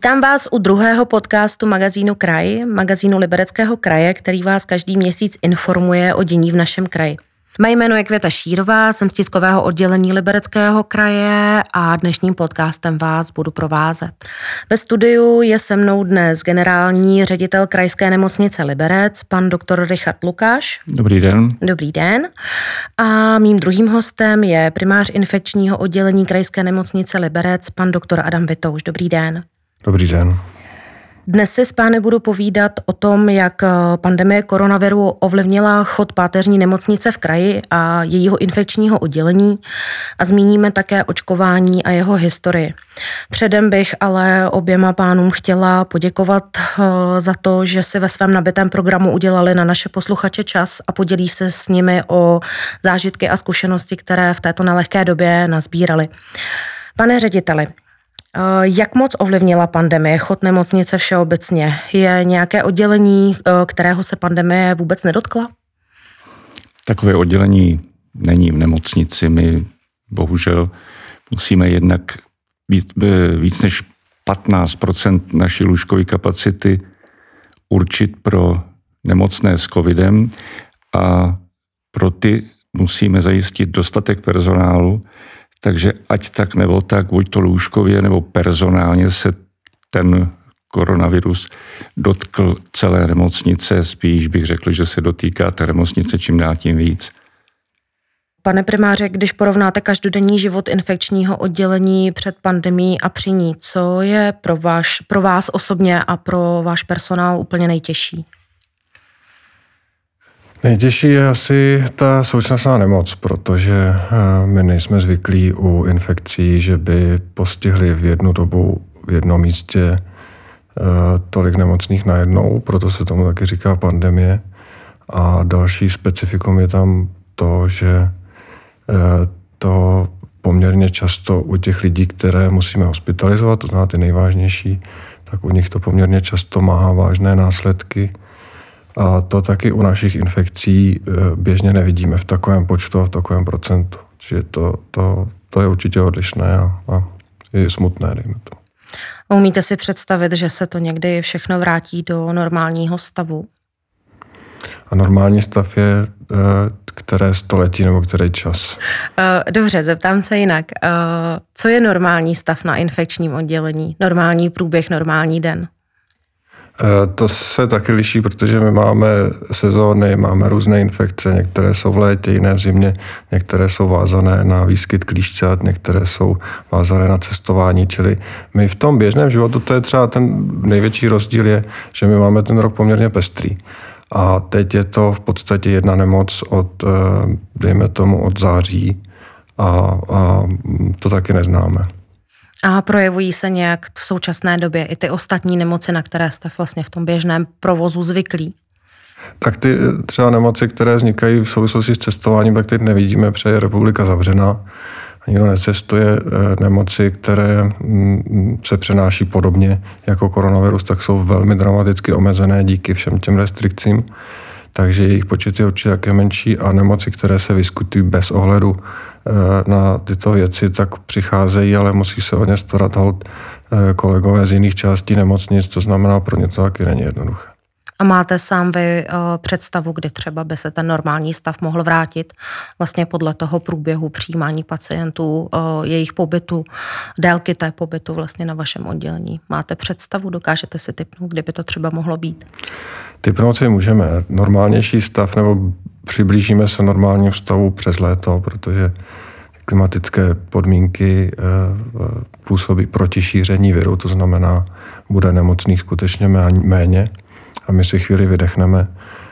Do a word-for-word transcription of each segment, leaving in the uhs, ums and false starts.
Vítám vás u druhého podcastu magazínu Kraj, magazínu Libereckého kraje, který vás každý měsíc informuje o dění v našem kraji. Mé jméno je Květa Šírová, jsem z tiskového oddělení Libereckého kraje a dnešním podcastem vás budu provázet. Ve studiu je se mnou dnes generální ředitel krajské nemocnice Liberec, pan doktor Richard Lukáš. Dobrý den. Dobrý den. A mým druhým hostem je primář infekčního oddělení krajské nemocnice Liberec, pan doktor Adam Vitouš. Dobrý den. Dobrý den. Dnes si s pány budu povídat o tom, jak pandemie koronaviru ovlivnila chod páteřní nemocnice v kraji a jejího infekčního oddělení a zmíníme také očkování a jeho historii. Předem bych ale oběma pánům chtěla poděkovat za to, že si ve svém nabitém programu udělali na naše posluchače čas a podělí se s nimi o zážitky a zkušenosti, které v této nelehké době nazbírali. Pane řediteli, jak moc ovlivnila pandemie chod nemocnice všeobecně? Je nějaké oddělení, kterého se pandemie vůbec nedotkla? Takové oddělení není v nemocnici. My bohužel musíme jednak víc, víc než patnáct procent naší lůžkové kapacity určit pro nemocné s covidem a pro ty musíme zajistit dostatek personálu. Takže ať tak nebo tak, buď to lůžkově nebo personálně se ten koronavirus dotkl celé nemocnice, spíš bych řekl, že se dotýká té nemocnice čím dál tím víc. Pane primáře, když porovnáte každodenní život infekčního oddělení před pandemií a při ní, co je pro, váš, pro vás osobně a pro váš personál úplně nejtěžší? Nejtěžší je asi ta současná nemoc, protože my nejsme zvyklí u infekcí, že by postihli v jednu dobu v jednom místě tolik nemocných najednou, proto se tomu taky říká pandemie. A další specifikum je tam to, že to poměrně často u těch lidí, které musíme hospitalizovat, to znamená ty nejvážnější, tak u nich to poměrně často má vážné následky. A to taky u našich infekcí běžně nevidíme v takovém počtu a v takovém procentu. Čiže to, to, to je určitě odlišné a, a je smutné, dejme to. Umíte si představit, že se to někdy všechno vrátí do normálního stavu? A normální stav je které století nebo který čas? Dobře, zeptám se jinak. Co je normální stav na infekčním oddělení? Normální průběh, normální den? To se taky liší, protože my máme sezóny, máme různé infekce, některé jsou v létě, jiné v zimě, některé jsou vázané na výskyt klíšťat, některé jsou vázané na cestování, čili my v tom běžném životu, to je třeba ten největší rozdíl je, že my máme ten rok poměrně pestrý. A teď je to v podstatě jedna nemoc od, dejme tomu, od září a, a to taky neznáme. A projevují se nějak v současné době i ty ostatní nemoci, na které jste vlastně v tom běžném provozu zvyklí? Tak ty třeba nemoci, které vznikají v souvislosti s cestováním, tak teď nevidíme, protože je republika zavřená. Nikdo necestuje. Nemoci, které se přenáší podobně jako koronavirus, tak jsou velmi dramaticky omezené díky všem těm restrikcím. Takže jejich počet je určitě také menší a nemoci, které se vyskytují bez ohledu na tyto věci, tak přicházejí, ale musí se o ně starat holt kolegové z jiných částí nemocnic, to znamená, pro ně to taky není jednoduché. A máte sám vy představu, kdy třeba by se ten normální stav mohl vrátit vlastně podle toho průběhu přijímání pacientů, jejich pobytu, délky té pobytu vlastně na vašem oddělení? Máte představu, dokážete si tipnout, kdy by to třeba mohlo být? Tipnout si můžeme. Normálnější stav nebo přiblížíme se normálním stavu přes léto, protože klimatické podmínky působí proti šíření viru, to znamená, bude nemocných skutečně méně a my si chvíli vydechneme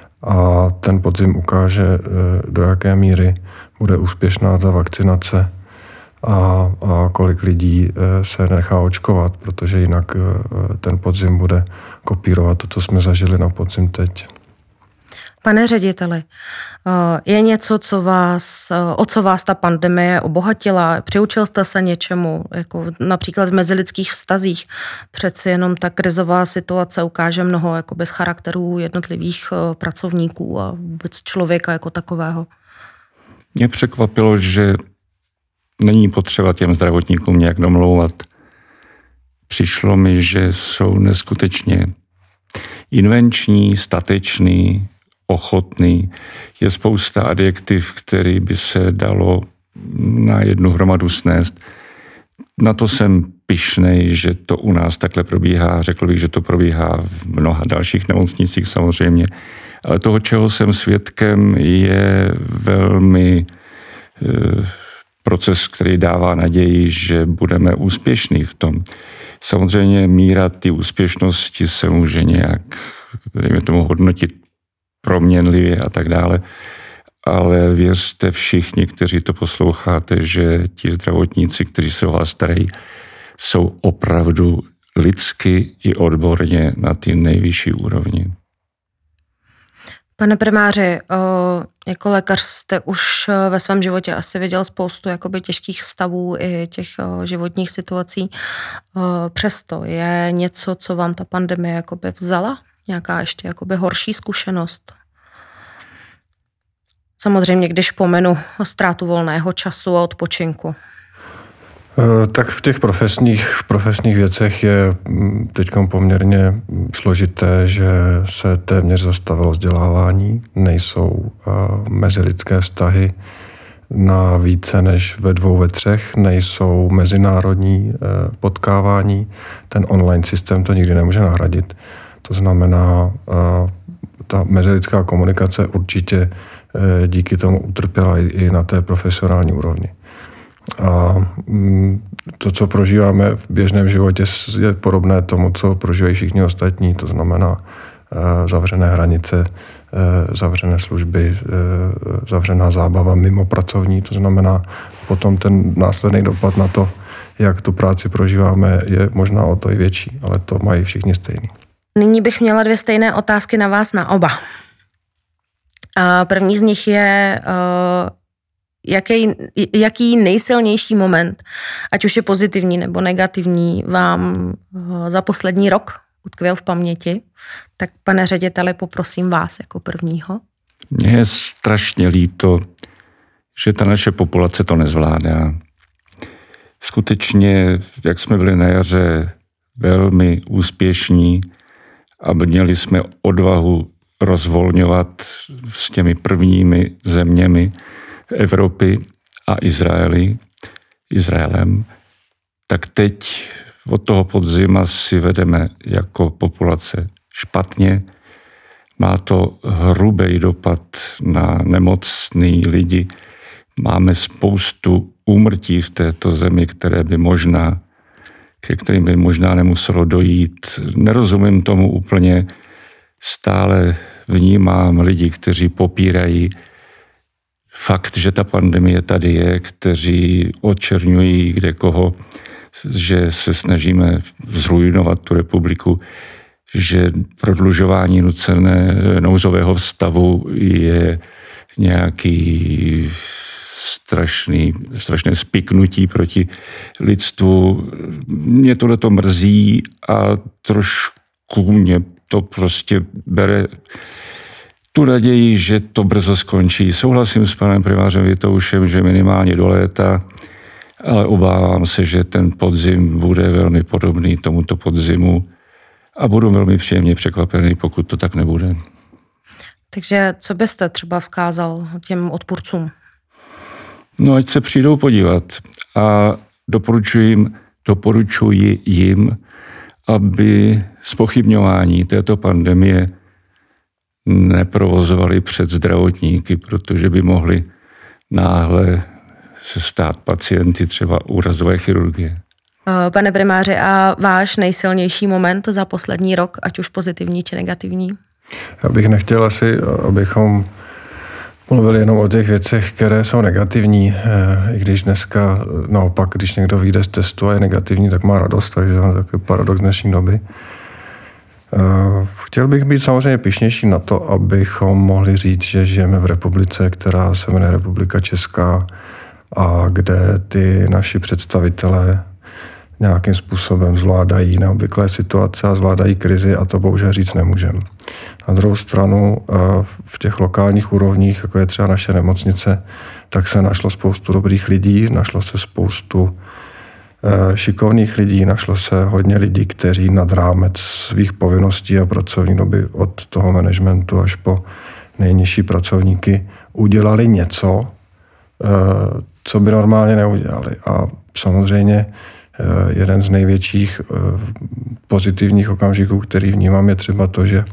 a ten podzim ukáže, do jaké míry bude úspěšná ta vakcinace a, a kolik lidí se nechá očkovat, protože jinak ten podzim bude kopírovat to, co jsme zažili na podzim teď. Pane řediteli, je něco, co vás, o co vás ta pandemie obohatila? Přiučil jste se něčemu, jako například v mezilidských vztazích? Přeci jenom ta krizová situace ukáže mnoho jako bez charakterů jednotlivých pracovníků a vůbec člověka jako takového. Mě překvapilo, že není potřeba těm zdravotníkům nějak domlouvat. přišlo mi, že jsou neskutečně invenční, statečný, ochotný. Je spousta adjektiv, který by se dalo na jednu hromadu snést. Na to jsem pyšnej, že to u nás takhle probíhá. Řekl bych, že to probíhá v mnoha dalších nemocnicích samozřejmě. Ale toho, čeho jsem svědkem, je velmi e, proces, který dává naději, že budeme úspěšní v tom. Samozřejmě míra ty úspěšnosti se může nějak, dejme tomu, hodnotit proměnlivě a tak dále, ale věřte všichni, kteří to posloucháte, že ti zdravotníci, kteří se o vás starají, jsou opravdu lidsky i odborně na ty nejvyšší úrovni. Pane primáři, jako lékař jste už ve svém životě asi viděl spoustu jakoby těžkých stavů i těch životních situací. Přesto je něco, co vám ta pandemie jakoby vzala? Nějaká ještě jakoby horší zkušenost? Samozřejmě, když pomenu ztrátu volného času a odpočinku. Tak v těch profesních, profesních věcech je teď poměrně složité, že se téměř zastavilo vzdělávání, nejsou mezilidské vztahy na více než ve dvou, ve třech, nejsou mezinárodní potkávání, ten online systém to nikdy nemůže nahradit. To znamená, ta mezilidská komunikace určitě díky tomu utrpěla i na té profesionální úrovni. A to, co prožíváme v běžném životě, je podobné tomu, co prožívají všichni ostatní, to znamená zavřené hranice, zavřené služby, zavřená zábava mimo pracovní, to znamená potom ten následný dopad na to, jak tu práci prožíváme, je možná o to i větší, ale to mají všichni stejný. Nyní bych měla dvě stejné otázky na vás na oba. První z nich je, jaký, jaký nejsilnější moment, ať už je pozitivní nebo negativní, vám za poslední rok utkvěl v paměti. Tak pane řediteli, poprosím vás jako prvního. Mně je strašně líto, že ta naše populace to nezvládá. Skutečně, jak jsme byli na jaře velmi úspěšní a měli jsme odvahu rozvolňovat s těmi prvními zeměmi Evropy a Izraeli, Izraelem, tak teď od toho podzima si vedeme jako populace špatně. Má to hrubý dopad na nemocný lidi. Máme spoustu úmrtí v této zemi, které by možná, ke kterým by možná nemuselo dojít. Nerozumím tomu úplně. Stále vnímám lidi, kteří popírají fakt, že ta pandemie tady je, kteří odčerňují kde koho, že se snažíme zrujnovat tu republiku, že prodlužování nucené nouzového stavu je nějaký strašný, strašné spiknutí proti lidstvu. Mě tohleto mrzí a trošku mě to prostě bere tu naději, že to brzo skončí. Souhlasím s panem primářem Vitoušem, že minimálně do léta, ale obávám se, že ten podzim bude velmi podobný tomuto podzimu a budu velmi příjemně překvapený, pokud to tak nebude. Takže co byste třeba vzkázal těm odpůrcům? No, ať se přijdou podívat a doporučuji jim, doporučuji jim, aby zpochybňování této pandemie neprovozovali před zdravotníky, protože by mohli náhle se stát pacienty třeba úrazové chirurgie. Pane primáři, a váš nejsilnější moment za poslední rok, ať už pozitivní či negativní? Já bych nechtěl asi, abychom mluvili jenom o těch věcech, které jsou negativní, i když dneska naopak, když někdo vyjde z testu a je negativní, tak má radost, takže to je takový paradox dnešní doby. Chtěl bych být samozřejmě pyšnější na to, abychom mohli říct, že žijeme v republice, která se jmenuje Republika Česká a kde ty naši představitelé nějakým způsobem zvládají neobvyklé situace a zvládají krizi a to bohužel říct nemůžeme. Na druhou stranu v těch lokálních úrovních, jako je třeba naše nemocnice, tak se našlo spoustu dobrých lidí, našlo se spoustu šikovných lidí, našlo se hodně lidí, kteří nad rámec svých povinností a pracovní doby od toho managementu až po nejnižší pracovníky udělali něco, co by normálně neudělali. A samozřejmě jeden z největších pozitivních okamžiků, který vnímám, je třeba to, že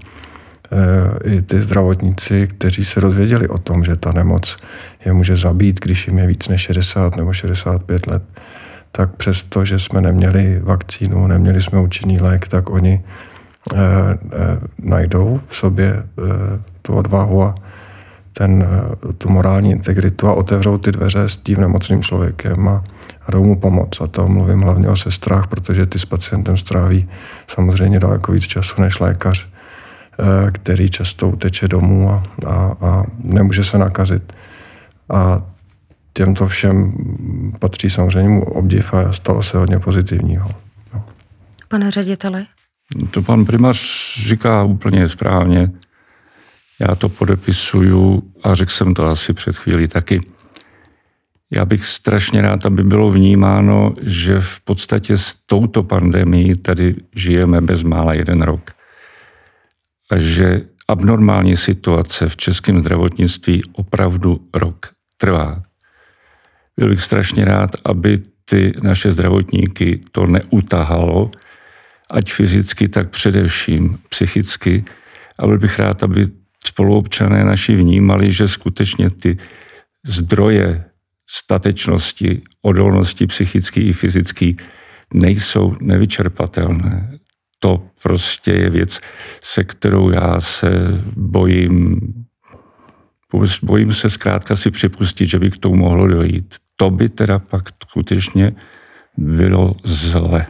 i ty zdravotníci, kteří se dozvěděli o tom, že ta nemoc je může zabít, když jim je víc než šedesát nebo šedesát pět let, tak přesto, že jsme neměli vakcínu, neměli jsme účinný lék, tak oni eh, eh, najdou v sobě eh, tu odvahu a ten, eh, tu morální integritu a otevřou ty dveře s tím nemocným člověkem a, a jdou mu pomoct. A to mluvím hlavně o sestrách, protože ty s pacientem stráví samozřejmě daleko víc času než lékař, eh, který často uteče domů a, a, a nemůže se nakazit. A těmto všem patří samozřejmě mu obdiv a stalo se hodně pozitivního. No. Pane řediteli? To pan primář říká úplně správně. Já to podepisuju a řekl jsem to asi před chvílí taky. Já bych strašně rád, aby bylo vnímáno, že v podstatě s touto pandemií tady žijeme bezmála jeden rok. A že abnormální situace v českém zdravotnictví opravdu rok trvá. Byl bych strašně rád, aby ty naše zdravotníky to neutahalo, ať fyzicky, tak především psychicky. A byl bych rád, aby spoluobčané naši vnímali, že skutečně ty zdroje statečnosti, odolnosti psychické i fyzické nejsou nevyčerpatelné. To prostě je věc, se kterou já se bojím. Bojím se zkrátka si připustit, že by k tomu mohlo dojít. To by teda pak skutečně bylo zle.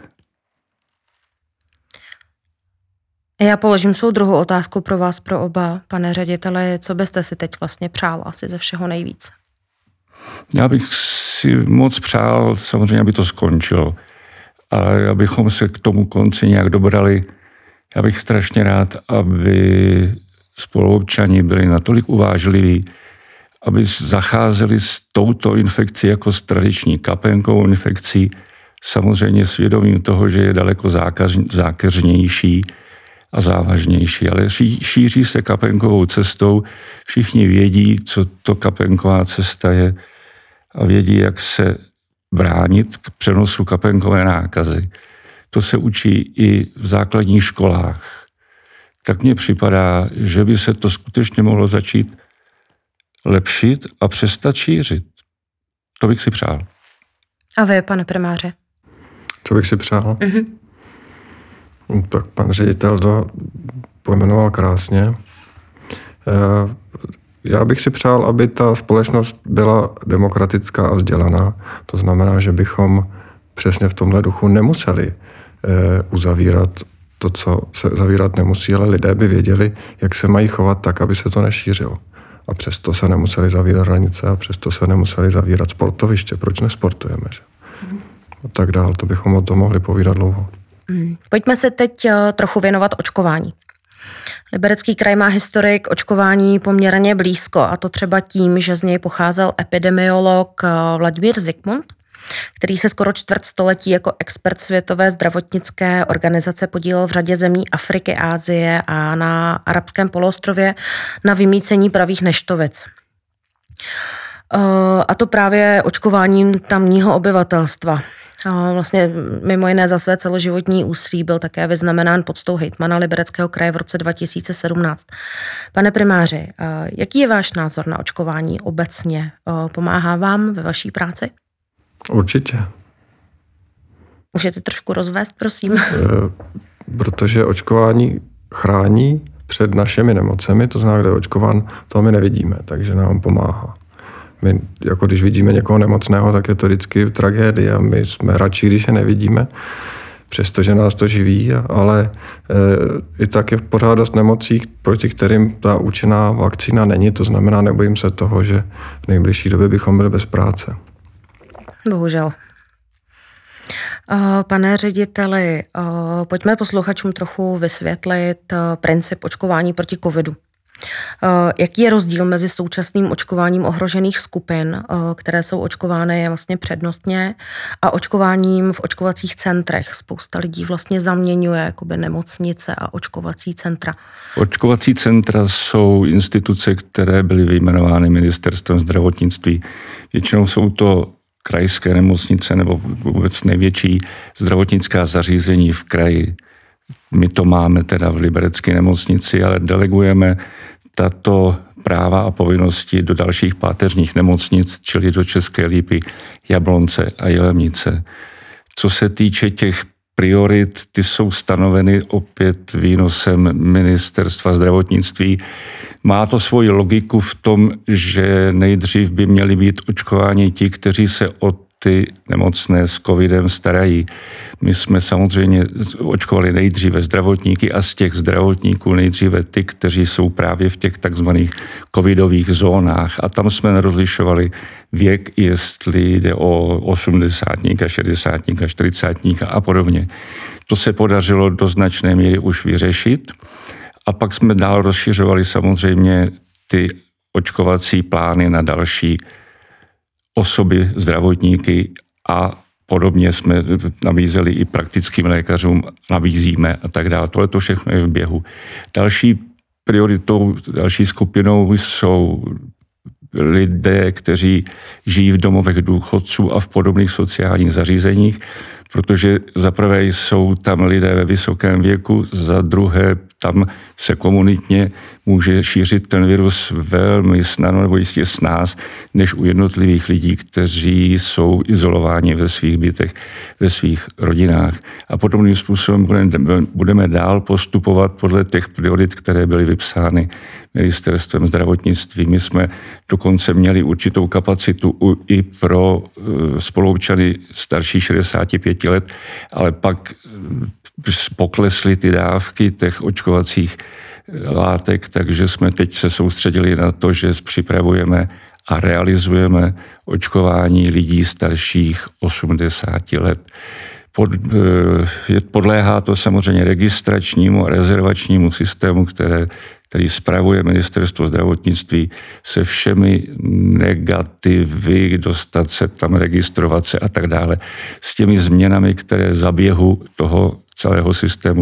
Já položím svou druhou otázku pro vás, pro oba, pane řediteli. Co byste si teď vlastně přál asi ze všeho nejvíc? Já bych si moc přál, samozřejmě, aby to skončilo, ale abychom se k tomu konci nějak dobrali. Já bych strašně rád, aby spoluobčani byli natolik uvážliví, aby zacházeli s touto infekcí jako s tradiční kapénkovou infekcí, samozřejmě svědomím toho, že je daleko zákeřnější a závažnější, ale šíří se kapénkovou cestou. Všichni vědí, co to kapénková cesta je a vědí, jak se bránit k přenosu kapénkové nákazy. To se učí i v základních školách. Tak mně připadá, že by se to skutečně mohlo začít lepšit a přestat šířit. To bych si přál. A vy, pane primáře? Co bych si přál? Mm-hmm. Tak pan ředitel to pojmenoval krásně. Já bych si přál, aby ta společnost byla demokratická a vzdělaná. To znamená, že bychom přesně v tomhle duchu nemuseli uzavírat to, co se zavírat nemusí, ale lidé by věděli, jak se mají chovat tak, aby se to nešířilo. A přesto se nemuseli zavírat hranice a přesto se nemuseli zavírat sportoviště. Proč nesportujeme? Že? Mm. A tak dál, to bychom o tom mohli povídat dlouho. Mm. Pojďme se teď trochu věnovat očkování. Liberecký kraj má historii k očkování poměrně blízko, a to třeba tím, že z něj pocházel epidemiolog Vladimír Zikmund, který se skoro čtvrt století jako expert Světové zdravotnické organizace podílel v řadě zemí Afriky, Asie a na arabském poloostrově na vymýcení pravých neštovic. A to právě očkováním tamního obyvatelstva. Vlastně mimo jiné za své celoživotní úsilí byl také vyznamenán poctou hejtmana Libereckého kraje v roce dva tisíce sedmnáct. Pane primáři, jaký je váš názor na očkování obecně? Pomáhá vám ve vaší práci? Určitě. Můžete trošku rozvést, prosím? E, protože očkování chrání před našimi nemocemi, to znamená, kde je očkován, to my nevidíme, takže nám pomáhá. My, jako když vidíme někoho nemocného, tak je to vždycky tragédie a my jsme radši, když je nevidíme, přestože nás to živí, ale e, i tak je pořád dost nemocí, proti kterým ta účinná vakcína není, to znamená, nebojím se toho, že v nejbližší době bychom byli bez práce. Bohužel. Pane řediteli, pojďme posluchačům trochu vysvětlit princip očkování proti covidu. Jaký je rozdíl mezi současným očkováním ohrožených skupin, které jsou očkovány vlastně přednostně, a očkováním v očkovacích centrech? Spousta lidí vlastně zaměňuje jakoby nemocnice a očkovací centra. Očkovací centra jsou instituce, které byly vyjmenovány ministerstvem zdravotnictví. Většinou jsou to krajské nemocnice nebo vůbec největší zdravotnická zařízení v kraji. My to máme teda v liberecké nemocnici, ale delegujeme tato práva a povinnosti do dalších páteřních nemocnic, čili do České Lípy, Jablonce a Jilemnice. Co se týče těch priorit, ty jsou stanoveny opět výnosem ministerstva zdravotnictví. Má to svoji logiku v tom, že nejdřív by měli být očkováni ti, kteří se o ty nemocné s covidem starají. My jsme samozřejmě očkovali nejdříve zdravotníky a z těch zdravotníků nejdříve ty, kteří jsou právě v těch takzvaných covidových zónách. A tam jsme nerozlišovali věk, jestli jde o osmdesátníka, šedesátníka, čtyřicátníka a podobně. To se podařilo do značné míry už vyřešit. A pak jsme dál rozšiřovali samozřejmě ty očkovací plány na další osoby, zdravotníky a podobně jsme nabízeli i praktickým lékařům, nabízíme a tak dále. Tohle to všechno je v běhu. Další prioritou, další skupinou jsou lidé, kteří žijí v domovech důchodců a v podobných sociálních zařízeních, protože za prvé jsou tam lidé ve vysokém věku, za druhé tam se komunitně může šířit ten virus velmi snadno nebo jistě s nás, než u jednotlivých lidí, kteří jsou izolováni ve svých bytech, ve svých rodinách. A podobným způsobem budeme, budeme dál postupovat podle těch priorit, které byly vypsány ministerstvem zdravotnictví. My jsme dokonce měli určitou kapacitu i pro spoluobčany starší šedesáti pěti let, ale pak poklesly ty dávky těch očkovacích látek, takže jsme teď se soustředili na to, že připravujeme a realizujeme očkování lidí starších osmdesáti let. Pod, podléhá to samozřejmě registračnímu a rezervačnímu systému, které, který spravuje ministerstvo zdravotnictví se všemi negativy, dostat se tam, registrovat se a tak dále. S těmi změnami, které za běhu toho celého systému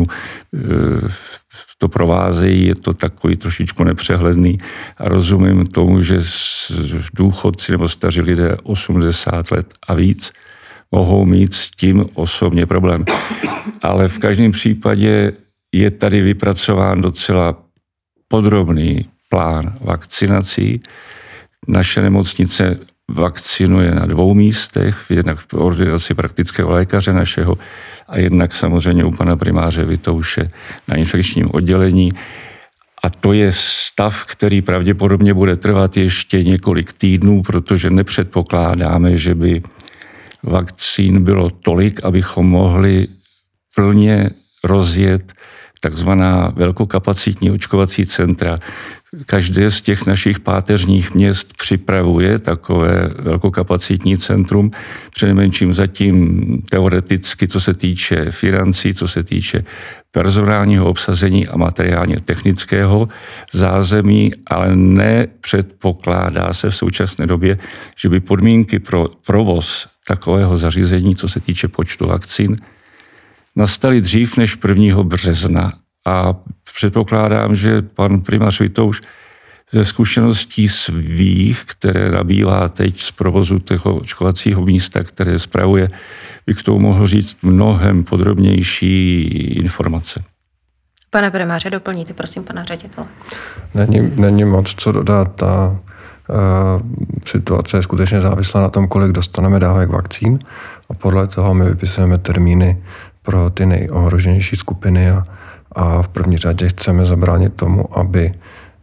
to provázejí, je to takový trošičku nepřehledný a rozumím tomu, že důchodci nebo staří lidé osmdesát let a víc mohou mít s tím osobně problém. Ale v každém případě je tady vypracován docela podrobný plán vakcinací. Naše nemocnice vakcinuje na dvou místech, jednak v ordinaci praktického lékaře našeho a jednak samozřejmě u pana primáře Vitouše na infekčním oddělení. A to je stav, který pravděpodobně bude trvat ještě několik týdnů, protože nepředpokládáme, že by vakcín bylo tolik, abychom mohli plně rozjet takzvaná velkokapacitní očkovací centra. Každé z těch našich páteřních měst připravuje takové velkokapacitní centrum, přinejmenším zatím teoreticky, co se týče financí, co se týče personálního obsazení a materiálně technického zázemí, ale nepředpokládá se v současné době, že by podmínky pro provoz takového zařízení, co se týče počtu vakcín, nastaly dřív než prvního března. A předpokládám, že pan primář Vitouš ze zkušeností svých, které nabývá teď z provozu toho očkovacího místa, které spravuje, by k tomu mohl říct mnohem podrobnější informace. Pane primáře, doplníte, prosím, pana ředitele. Není, není moc co dodat. Ta uh, situace je skutečně závislá na tom, kolik dostaneme dávek vakcín a podle toho my vypisujeme termíny pro ty nejohroženější skupiny a, a v první řadě chceme zabránit tomu, aby e,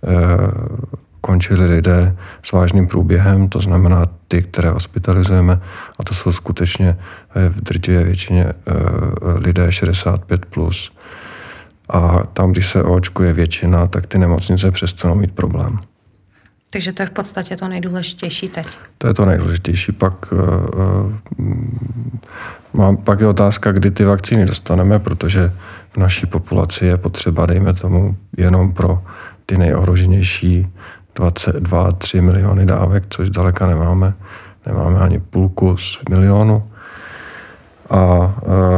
končili lidé s vážným průběhem, to znamená ty, které hospitalizujeme, a to jsou skutečně v drtivé většině e, lidé šedesát pět plus. A tam, když se oočkuje většina, tak ty nemocnice přestanou mít problém. Takže to je v podstatě to nejdůležitější teď. To je to nejdůležitější. Pak, uh, mám, pak je otázka, kdy ty vakcíny dostaneme, protože v naší populaci je potřeba, dejme tomu, jenom pro ty nejohroženější dvacet dva tři miliony dávek, což zdaleka nemáme. Nemáme ani půlku z milionu. A, a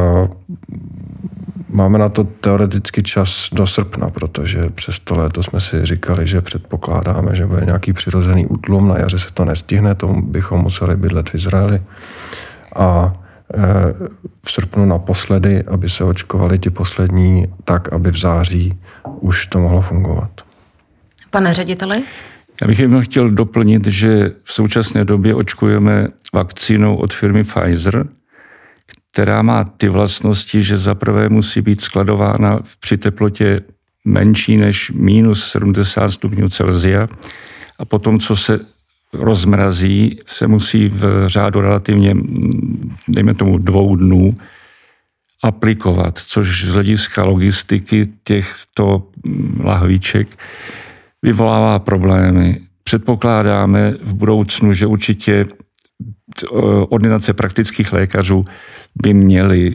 máme na to teoreticky čas do srpna, protože přes to léto jsme si říkali, že předpokládáme, že bude nějaký přirozený útlum, na jaře se to nestihne, tomu bychom museli bydlet v Izraeli. A v srpnu naposledy, aby se očkovali ti poslední, tak, aby v září už to mohlo fungovat. Pane řediteli? Já bych jenom chtěl doplnit, že v současné době očkujeme vakcínou od firmy Pfizer, která má ty vlastnosti, že zaprvé musí být skladována při teplotě menší než minus sedmdesát stupňů Celsia a potom, co se rozmrazí, se musí v řádu relativně, dejme tomu, dvou dnů aplikovat, což z hlediska logistiky těchto lahvíček vyvolává problémy. Předpokládáme v budoucnu, že určitě ordinace praktických lékařů by měly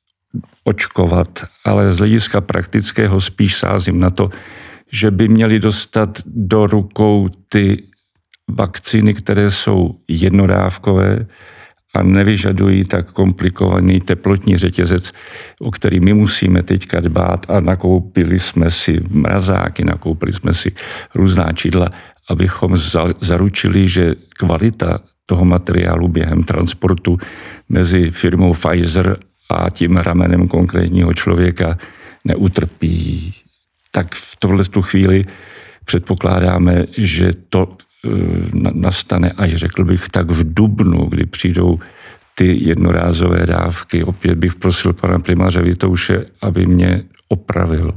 očkovat, ale z hlediska praktického spíš sázím na to, že by měli dostat do rukou ty vakcíny, které jsou jednodávkové a nevyžadují tak komplikovaný teplotní řetězec, o který my musíme teďka dbát, a nakoupili jsme si mrazáky, nakoupili jsme si různá čidla, abychom zaručili, že kvalita toho materiálu během transportu mezi firmou Pfizer a tím ramenem konkrétního člověka neutrpí. Tak v tohletu chvíli předpokládáme, že to nastane, až řekl bych, tak v dubnu, kdy přijdou ty jednorázové dávky. Opět bych prosil pana primáře Vitouše, aby mě opravil.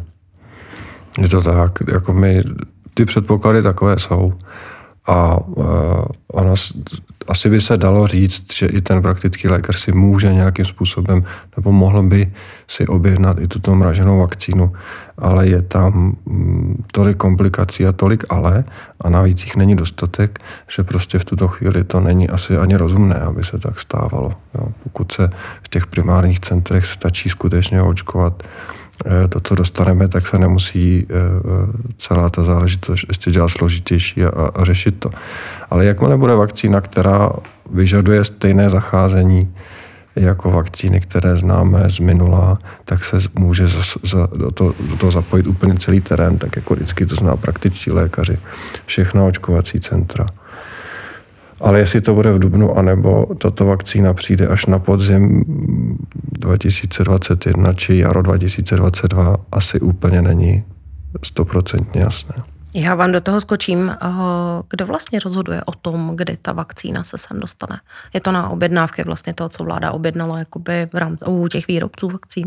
Je to tak, jako my, ty předpoklady takové jsou. A uh, ono asi by se dalo říct, že i ten praktický lékař si může nějakým způsobem, nebo mohl by si objednat i tuto mraženou vakcínu, ale je tam mm, tolik komplikací a tolik ale, a navíc jich není dostatek, že prostě v tuto chvíli to není asi ani rozumné, aby se tak stávalo. Jo. Pokud se v těch primárních centrech stačí skutečně očkovat to, co dostaneme, tak se nemusí celá ta záležitost ještě dělat složitější a, a řešit to. Ale jakmile bude vakcína, která vyžaduje stejné zacházení jako vakcíny, které známe z minula, tak se může za, za, do, to, do toho zapojit úplně celý terén, tak jako vždycky to zná praktičtí lékaři, všechna očkovací centra. Ale jestli to bude v dubnu, anebo tato vakcína přijde až na podzim dva tisíce dvacet jedna či jaro dva tisíce dvacet dva, asi úplně není stoprocentně jasné. Já vám do toho skočím. Kdo vlastně rozhoduje o tom, kdy ta vakcína se sem dostane? Je to na objednávky vlastně toho, co vláda objednala jakoby v rámci u těch výrobců vakcín?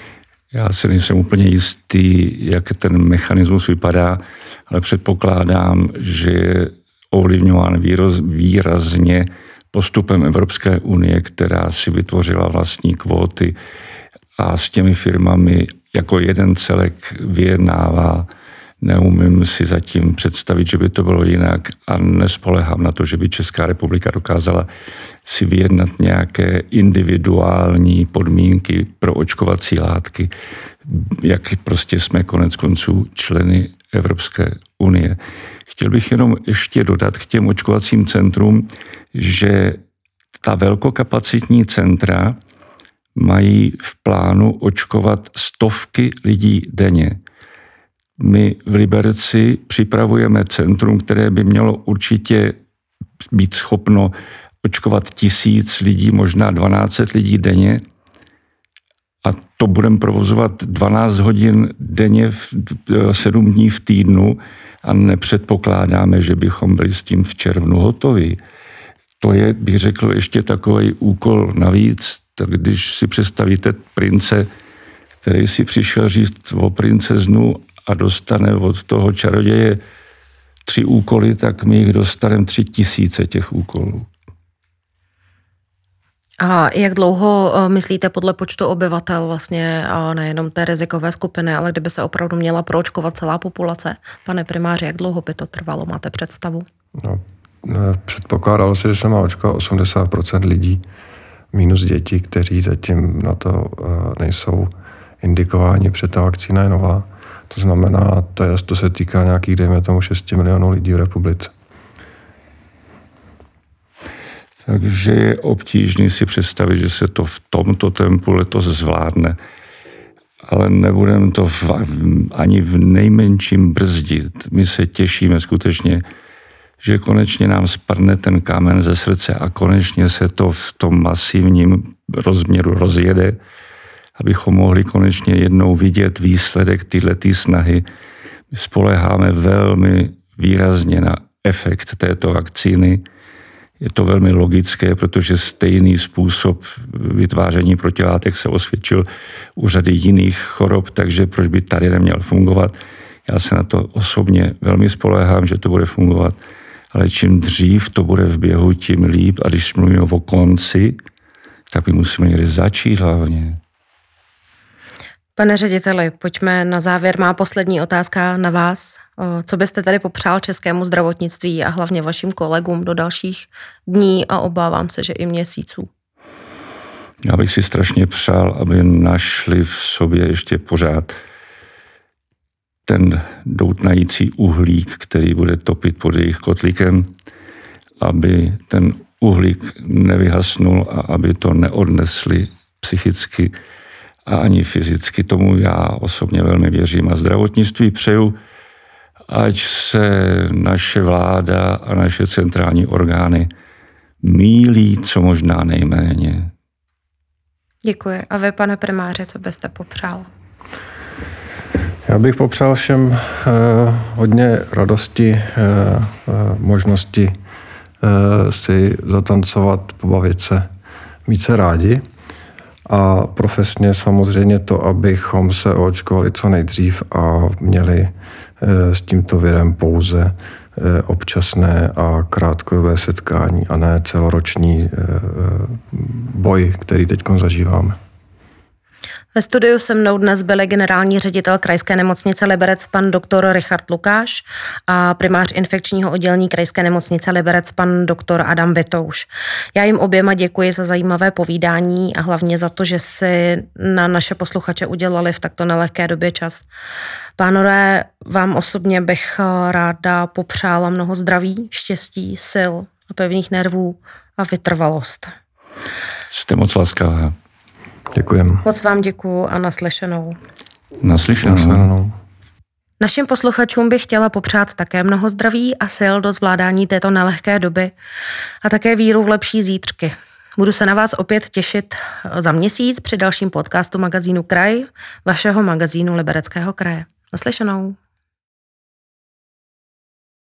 Já si nejsem úplně jistý, jak ten mechanismus vypadá, ale předpokládám, že je ovlivňován výraz, výrazně postupem Evropské unie, která si vytvořila vlastní kvóty a s těmi firmami jako jeden celek vyjednává. Neumím si zatím představit, že by to bylo jinak a nespolehám na to, že by Česká republika dokázala si vyjednat nějaké individuální podmínky pro očkovací látky, jak prostě jsme konec konců členy Evropské unie. Chtěl bych jenom ještě dodat k těm očkovacím centrům, že ta velkokapacitní centra mají v plánu očkovat stovky lidí denně. My v Liberci připravujeme centrum, které by mělo určitě být schopno očkovat tisíc lidí, možná dvanáct set lidí denně. A to budeme provozovat dvanáct hodin denně, sedm dní v týdnu a nepředpokládáme, že bychom byli s tím v červnu hotovi. To je, bych řekl, ještě takový úkol navíc, tak když si představíte prince, který si přišel říct o princeznu a dostane od toho čaroděje tři úkoly, tak my jich dostaneme tři tisíce těch úkolů. A jak dlouho myslíte podle počtu obyvatel vlastně a nejenom té rizikové skupiny, ale kdyby se opravdu měla proočkovat celá populace? Pane primáři, jak dlouho by to trvalo? Máte představu? No, předpokládalo se, že se má očkovat osmdesát procent lidí, minus děti, kteří zatím na to nejsou indikováni, protože ta vakcína je nová. To znamená, to, je, to se týká nějakých, dejme tomu, šesti milionů lidí v republice. Takže je obtížné si představit, že se to v tomto tempu letos zvládne. Ale nebudeme to v, ani v nejmenším brzdit. My se těšíme skutečně, že konečně nám spadne ten kámen ze srdce a konečně se to v tom masivním rozměru rozjede, abychom mohli konečně jednou vidět výsledek tyhlety snahy. My spoléháme velmi výrazně na efekt této vakcíny. Je to velmi logické, protože stejný způsob vytváření protilátek se osvědčil u řady jiných chorob, takže proč by tady neměl fungovat? Já se na to osobně velmi spoléhám, že to bude fungovat, ale čím dřív to bude v běhu, tím líp. A když mluvíme o konci, tak my musíme někde začít hlavně. Pane řediteli, pojďme na závěr. Má poslední otázka na vás. Co byste tady popřál českému zdravotnictví a hlavně vašim kolegům do dalších dní a obávám se, že i měsíců? Já bych si strašně přál, aby našli v sobě ještě pořád ten doutnající uhlík, který bude topit pod jejich kotlíkem, aby ten uhlík nevyhasnul a aby to neodnesli psychicky a ani fyzicky. Tomu já osobně velmi věřím a zdravotnictví přeju, ať se naše vláda a naše centrální orgány mýlí co možná nejméně. Děkuji. A vy, pane primáře, co byste popřál? Já bych popřál všem eh, hodně radosti, eh, eh, možnosti eh, si zatancovat, pobavit se, mít se rádi. A profesně samozřejmě to, abychom se očkovali co nejdřív a měli s tímto virem pouze občasné a krátkodobé setkání a ne celoroční boj, který teď zažíváme. Ve studiu se mnou dnes byli generální ředitel Krajské nemocnice Liberec pan doktor Richard Lukáš a primář infekčního oddělení Krajské nemocnice Liberec pan doktor Adam Vitouš. Já jim oběma děkuji za zajímavé povídání a hlavně za to, že si na naše posluchače udělali v takto nelehké době čas. Pánové, vám osobně bych ráda popřála mnoho zdraví, štěstí, sil a pevných nervů a vytrvalost. Jste moc laskavá. Děkujem. Moc vám děkuju a naslyšenou. Naslyšenou. Naslyšenou. Našim posluchačům bych chtěla popřát také mnoho zdraví a sil do zvládání této nelehké doby a také víru v lepší zítřky. Budu se na vás opět těšit za měsíc při dalším podcastu magazínu Kraj, vašeho magazínu Libereckého kraje. Naslyšenou.